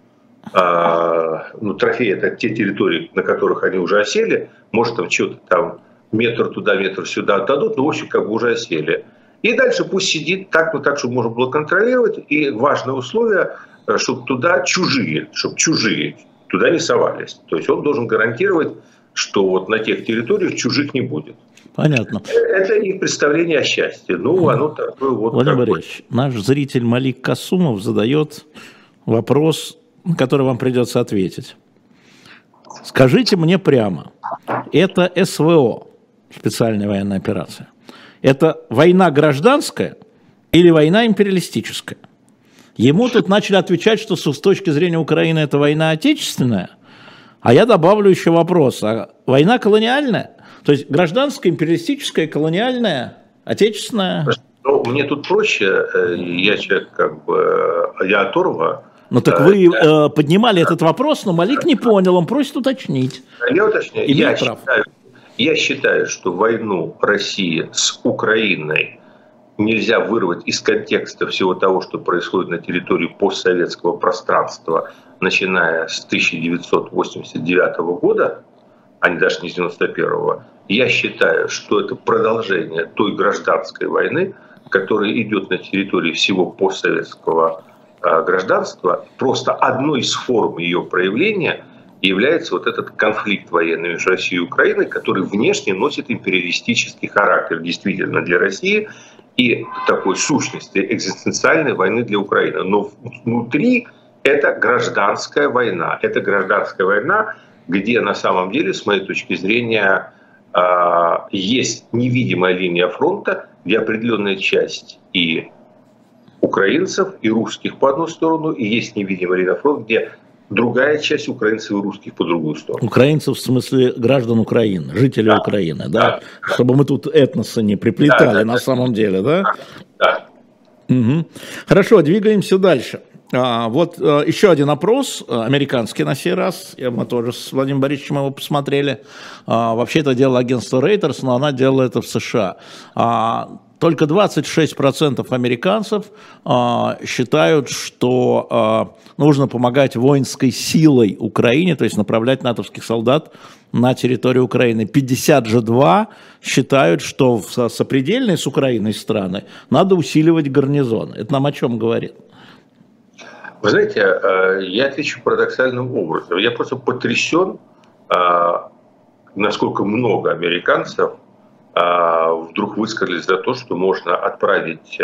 Ну, трофеи – это те территории, на которых они уже осели. Может, там что-то там метр туда, метр сюда отдадут, но, в общем, как бы уже осели. И дальше пусть сидит так, чтобы можно было контролировать. И важное условие, чтобы туда чужие туда не совались. То есть он должен гарантировать, что вот на тех территориях чужих не будет. Понятно. Это их представление о счастье. Ну, оно такое вот. Владимир Борисович, наш зритель Малик Касумов задает вопрос, на который вам придется ответить. Скажите мне прямо, это СВО, специальная военная операция, это война гражданская или война империалистическая? Ему тут начали отвечать, что с точки зрения Украины это война отечественная, а я добавлю еще вопрос, а война колониальная? То есть гражданская, империалистическая, колониальная, отечественная? Ну, мне тут проще, я человек как бы, я оторва. Ну так вы поднимали этот вопрос, но Малик не понял, он просит уточнить. Я уточняю, я считаю, что войну России с Украиной нельзя вырвать из контекста всего того, что происходит на территории постсоветского пространства, начиная с 1989 года, а не даже не с 91-го. Я считаю, что это продолжение той гражданской войны, которая идет на территории всего постсоветского гражданства. Просто одной из форм ее проявления является вот этот конфликт военный между Россией и Украиной, который внешне носит империалистический характер действительно для России и такой сущности экзистенциальной войны для Украины. Но внутри это гражданская война. Это гражданская война, где на самом деле, с моей точки зрения, есть невидимая линия фронта, где определенная часть и украинцев, и русских по одну сторону, и есть невидимая линия фронта, где другая часть украинцев и русских по другую сторону. Украинцев в смысле граждан Украины, жителей Украины, да? Чтобы мы тут этносы не приплетали на самом деле, да? Да. Угу. Хорошо, двигаемся дальше. Вот еще один опрос, американский на сей раз, мы тоже с Владимиром Борисовичем его посмотрели. Вообще это делало агентство Reuters, но она делала это в США. Только 26% американцев считают, что нужно помогать воинской силой Украине, то есть направлять натовских солдат на территорию Украины. 52 считают, что в сопредельной с Украиной страны надо усиливать гарнизон. Это нам о чем говорит? Вы знаете, я отвечу парадоксальным образом. Я просто потрясен, насколько много американцев вдруг высказались за то, что можно отправить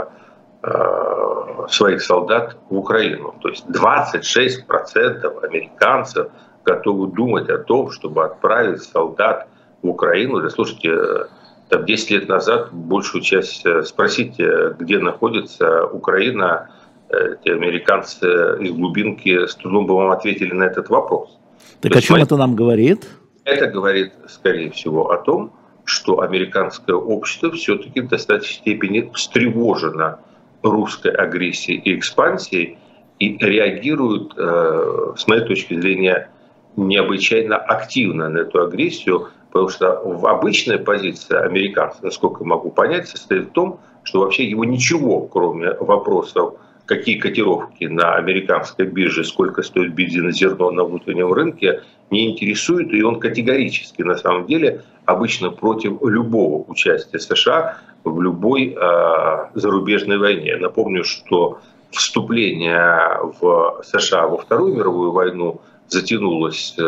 своих солдат в Украину. То есть 26% американцев готовы думать о том, чтобы отправить солдат в Украину. Да слушайте, там 10 лет назад большую часть, спросите, где находится Украина, эти американцы из глубинки с трудом бы вам ответили на этот вопрос. Так о чем это нам говорит? Это говорит, скорее всего, о том, что американское общество все-таки в достаточной степени встревожено русской агрессией и экспансией и реагирует, с моей точки зрения, необычайно активно на эту агрессию, потому что обычная позиция американцев, насколько я могу понять, состоит в том, что вообще его ничего, кроме вопросов, какие котировки на американской бирже, сколько стоит бензин и зерно на внутреннем рынке, не интересует, и он категорически, на самом деле, обычно против любого участия США в любой зарубежной войне. Напомню, что вступление в США во Вторую мировую войну затянулось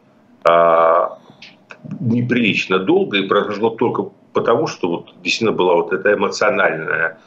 неприлично долго и произошло только потому, что вот действительно была вот эта эмоциональная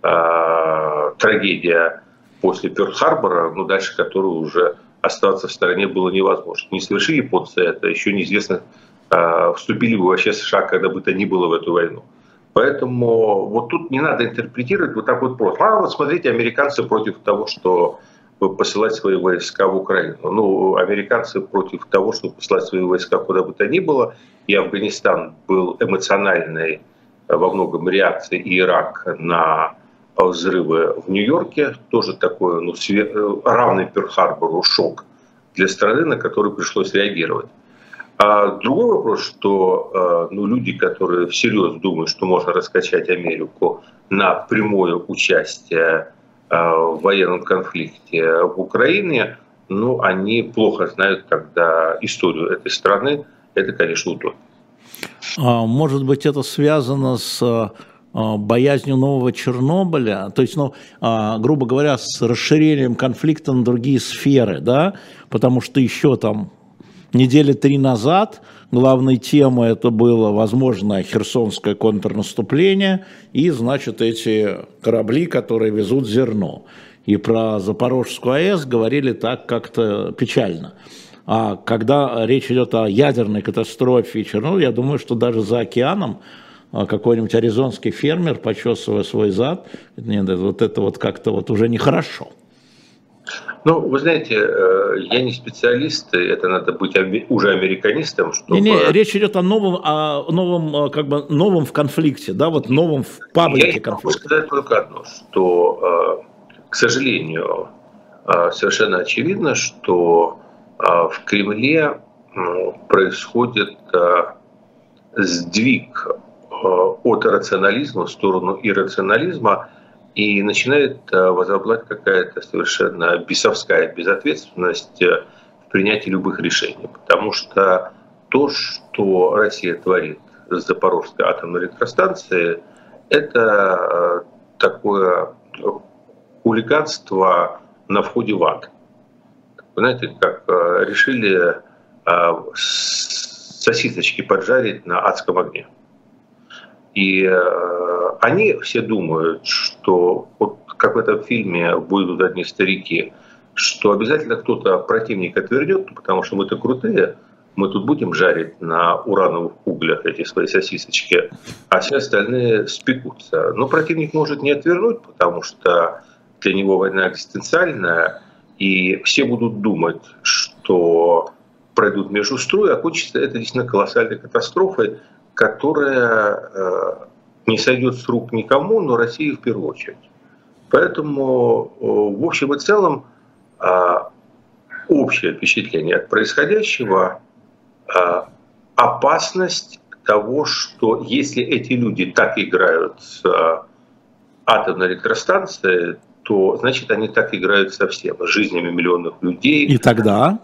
трагедия после Пёрл-Харбора, но дальше которую уже оставаться в стороне было невозможно. Не совершили японцы это, еще неизвестно, вступили бы вообще США когда бы то ни было в эту войну. Поэтому вот тут не надо интерпретировать вот так вот просто. Вот смотрите, американцы против того, что посылать свои войска в Украину. Ну, американцы против того, чтобы посылать свои войска куда бы то ни было. И Афганистан был эмоциональной во многом реакцией, и Ирак на взрывы в Нью-Йорке. Тоже такой, равный Пёрл-Харбору шок для страны, на который пришлось реагировать. А другой вопрос, что люди, которые всерьез думают, что можно раскачать Америку на прямое участие в военном конфликте в Украине, они плохо знают тогда историю этой страны. Это, конечно, утопия. Может быть, это связано с боязнью нового Чернобыля, то есть, грубо говоря, с расширением конфликта на другие сферы, да, потому что еще там недели 3 назад главной темой это было возможное херсонское контрнаступление и, значит, эти корабли, которые везут зерно. И про Запорожскую АЭС говорили так как-то печально. А когда речь идет о ядерной катастрофе и Чернобыле, я думаю, что даже за океаном какой-нибудь аризонский фермер, почесывая свой зад, нет, вот это вот как-то вот уже нехорошо. Вы знаете, я не специалист, это надо быть уже американистом, чтобы... Не, речь идет о новом в конфликте, да, вот новом в паблике конфликте. Я могу сказать только одно, что, к сожалению, совершенно очевидно, что в Кремле происходит сдвиг от рационализма в сторону иррационализма, и начинает возобладать какая-то совершенно бесовская безответственность в принятии любых решений. Потому что то, что Россия творит с Запорожской атомной электростанцией, это такое хулиганство на входе в ад. Вы знаете, как решили сосисочки поджарить на адском огне. И они все думают, что вот как в этом фильме «Будут одни старики», что обязательно кто-то противник отвернет, потому что мы-то крутые, мы тут будем жарить на урановых углях эти свои сосисочки, а все остальные спекутся. Но противник может не отвернуть, потому что для него война экзистенциальная, и все будут думать, что пройдут межустрой, а кончится это действительно колоссальной катастрофой, которая не сойдет с рук никому, но России в первую очередь. Поэтому, в общем и целом, общее впечатление от происходящего – опасность того, что если эти люди так играют с атомной электростанцией, то, значит, они так играют со всем, с жизнями миллионов людей. И тогда?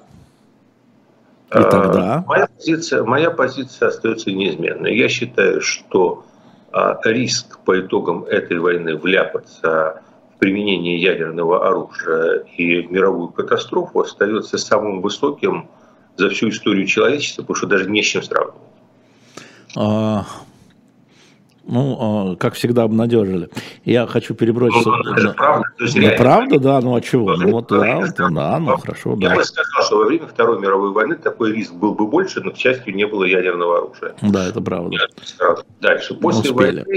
Моя позиция остается неизменной. Я считаю, что риск по итогам этой войны вляпаться в применение ядерного оружия и мировую катастрофу остается самым высоким за всю историю человечества, потому что даже не с чем сравнивать. Как всегда, обнадежили. Я хочу перебросить... Правда, да, ну а чего? Хорошо, да. Я бы сказал, что во время Второй мировой войны такой риск был бы больше, но, к счастью, не было ядерного оружия. Да, это правда. Дальше. После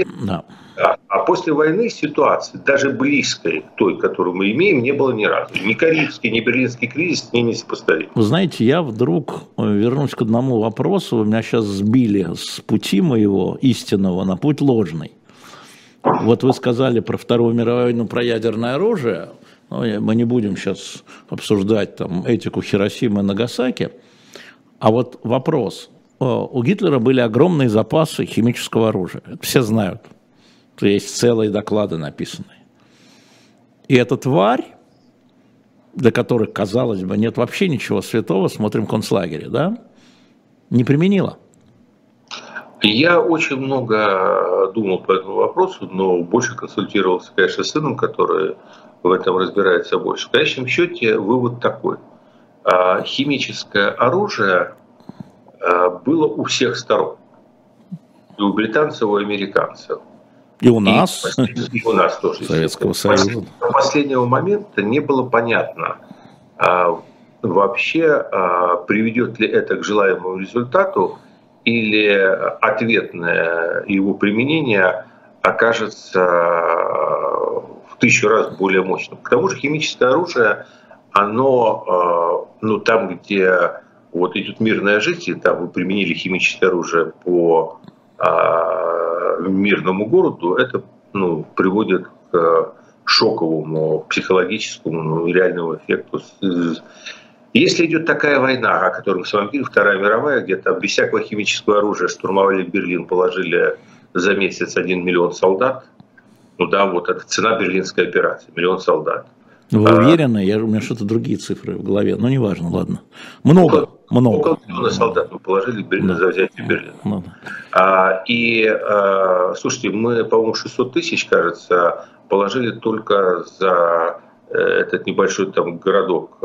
войны ситуации, даже близкой к той, которую мы имеем, не было ни разу. Ни Карибский, ни Берлинский кризис не сопоставим. Вы знаете, я вдруг вернусь к одному вопросу. Вы меня сейчас сбили с пути моего истинного на путь ложный. Вот вы сказали про Вторую мировую войну, про ядерное оружие. Мы не будем сейчас обсуждать там этику Хиросимы и Нагасаки. А вот вопрос. У Гитлера были огромные запасы химического оружия. Это все знают. Есть целые доклады написанные. И эта тварь, для которых, казалось бы, нет вообще ничего святого, смотрим в концлагере, да, не применила. Я очень много думал по этому вопросу, но больше консультировался, конечно, с сыном, который в этом разбирается больше. В конечном счете вывод такой. Химическое оружие было у всех сторон. И у британцев, и у американцев. И у нас. И у нас тоже. Советского Союза. До последнего момента не было понятно, вообще приведет ли это к желаемому результату, или ответное его применение окажется в 1000 раз более мощным. К тому же химическое оружие, оно, там, где вот идет мирная жизнь, там вы применили химическое оружие по мирному городу, это приводит к шоковому, психологическому, реальному эффекту. Если идет такая война, о которой мы с вами говорили, Вторая мировая, где там без всякого химического оружия штурмовали Берлин, положили за месяц 1 миллион солдат, вот это цена берлинской операции, 1 миллион солдат. Вы уверены? У меня что-то другие цифры в голове, но неважно, ладно. Много. Около миллиона солдат мы положили за взятие Берлина. Слушайте, мы, по-моему, 600 тысяч, кажется, положили только за этот небольшой там городок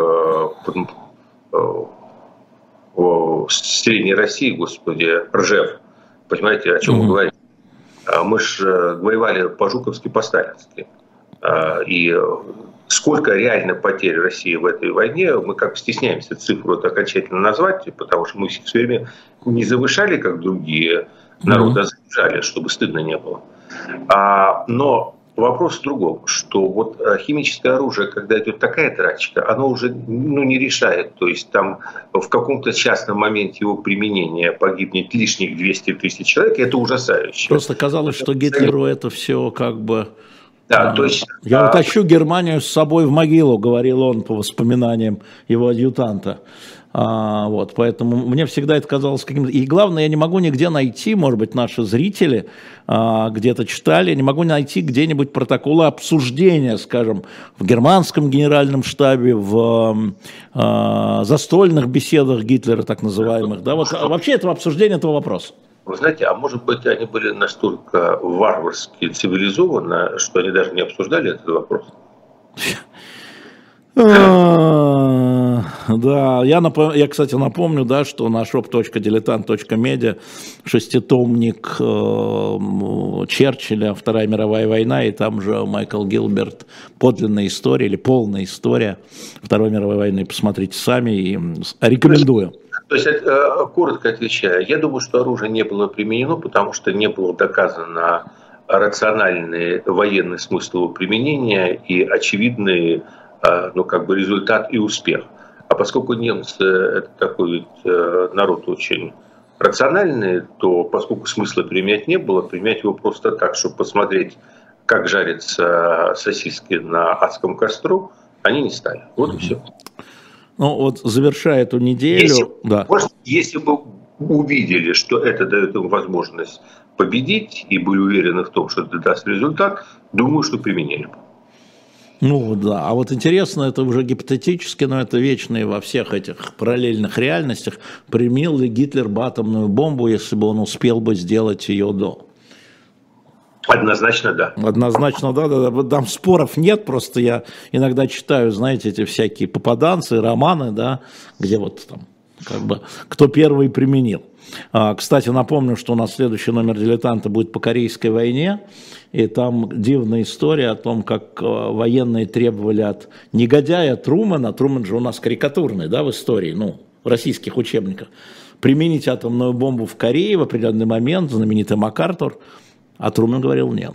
в Средней России, господи, Ржев. Понимаете, о чем мы говорим? Мы же воевали по-жуковски, по-сталински. И сколько реально потерь России в этой войне, мы как бы стесняемся цифру это окончательно назвать, потому что мы все время не завышали, как другие народы, а занижали, чтобы стыдно не было. Но вопрос в другом, что вот химическое оружие, когда идет такая трачка, оно уже не решает. То есть там в каком-то частном моменте его применения погибнет лишних 200 тысяч человек, и это ужасающе. Просто казалось, что Гитлеру это все как бы... Да, то есть, я утащу Германию с собой в могилу, говорил он по воспоминаниям его адъютанта. Поэтому мне всегда это казалось каким-то... И главное, я не могу нигде найти, может быть, наши зрители где-то читали, не могу найти где-нибудь протоколы обсуждения, скажем, в германском генеральном штабе, в застольных беседах Гитлера, так называемых. Да, вот вообще этого обсуждения, этого вопроса. Вы знаете, а может быть, они были настолько варварски цивилизованы, что они даже не обсуждали этот вопрос? Да, я, кстати, напомню, да, что на shop.diletant.media шеститомник Черчилля «Вторая мировая война», и там же Майкл Гилберт «Подлинная история» или «Полная история Второй мировой войны». Посмотрите сами, и рекомендую. То есть, коротко отвечая, я думаю, что оружие не было применено, потому что не было доказано рациональный военный смысл его применения и очевидный ну, как бы результат и успех. А поскольку немцы это такой народ очень рациональный, то поскольку смысла применять не было, применять его просто так, чтобы посмотреть, как жарятся сосиски на адском костру, они не стали. Вот и все. Ну вот завершая эту неделю... Если бы увидели, что это дает им возможность победить и были уверены в том, что это даст результат, думаю, что применили бы. Ну да, а вот интересно, это уже гипотетически, но это вечное во всех этих параллельных реальностях, применил ли Гитлер бы атомную бомбу, если бы он успел бы сделать ее до? Однозначно да. Однозначно да. Там споров нет, просто я иногда читаю, знаете, эти всякие попаданцы, романы, да, где вот там как бы кто первый применил. Кстати, напомню, что у нас следующий номер «Дилетанта» будет по Корейской войне, и там дивная история о том, как военные требовали от негодяя Трумэна, Трумэн же у нас карикатурный, да, в истории, ну, в российских учебниках, применить атомную бомбу в Корее в определенный момент, знаменитый МакАртур, а Трумэн говорил нет.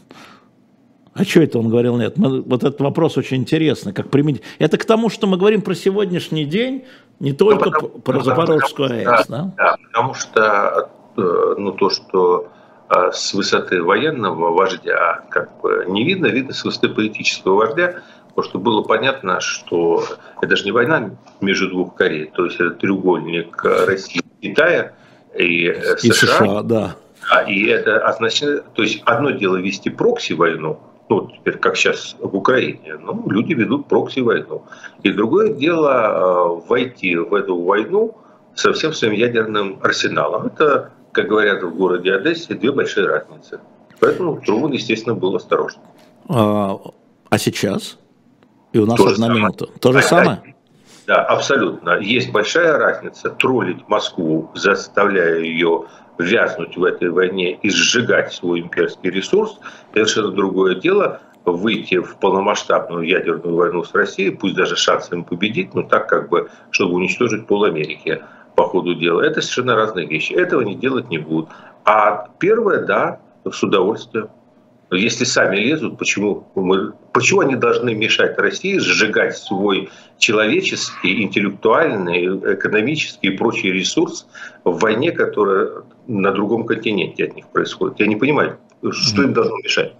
А что это он говорил нет? Вот этот вопрос очень интересный, как применить. Это к тому, что мы говорим про сегодняшний день, не только про Запорожскую АЭС. Да, потому что то, что с высоты военного вождя как бы не видно, видно с высоты политического вождя, потому что было понятно, что это же не война между двух Кореей, то есть это треугольник России, Китая и США. Да. И это означает, то есть одно дело вести прокси-войну, ну, теперь как сейчас в Украине, ну, люди ведут прокси-войну. И другое дело войти в эту войну со всем своим ядерным арсеналом. Это, как говорят в городе Одессе, две большие разницы. Поэтому Трумэн, естественно, был осторожен. А сейчас? И у нас одна минута. То же самое? Да, абсолютно. Есть большая разница троллить Москву, заставляя ее вязнуть в этой войне и сжигать свой имперский ресурс. Совершенно другое дело выйти в полномасштабную ядерную войну с Россией, пусть даже шансом победить, но так как бы, чтобы уничтожить пол Америки по ходу дела. Это совершенно разные вещи. Этого они делать не будут. А первое, да, с удовольствием. Если сами лезут, почему они должны мешать России сжигать свой человеческий, интеллектуальный, экономический и прочий ресурс в войне, которая на другом континенте от них происходит? Я не понимаю, что им должно мешать.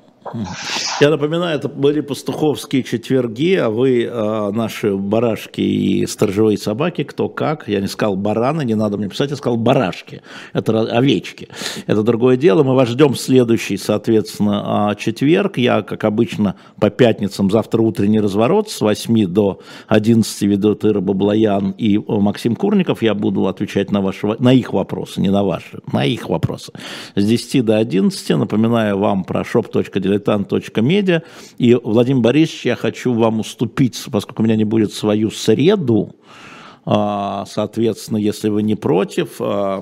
Я напоминаю, это были пастуховские четверги, а вы наши барашки и сторожевые собаки, кто как. Я не сказал бараны, не надо мне писать, я сказал барашки. Это овечки. Это другое дело. Мы вас ждем в следующий, соответственно, четверг. Я, как обычно, по пятницам завтра утренний разворот с 8 до 11 ведут Ира Баблоян и Максим Курников. Я буду отвечать на их вопросы, не на ваши, на их вопросы. С 10 до 11. Напоминаю вам про shop.diletant.media. И, Владимир Борисович, я хочу вам уступить, поскольку у меня не будет свою среду, соответственно, если вы не против,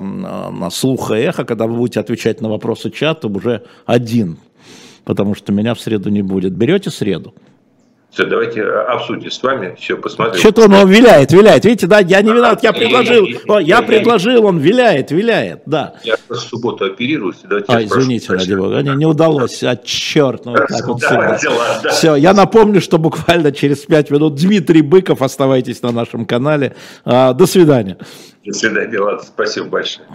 на слух и эхо, когда вы будете отвечать на вопросы чата, уже один, потому что меня в среду не будет. Берете среду? Все, давайте обсудим с вами, все, посмотрим. Что-то он виляет, видите, да, я не виноват, я предложил, он виляет, да. Я в субботу оперируюсь. Извините, ради бога, не удалось, черт, ну вот так вот всегда. Все, я напомню, что буквально через 5 минут Дмитрий Быков, оставайтесь на нашем канале, до свидания. До свидания, ладно, спасибо большое.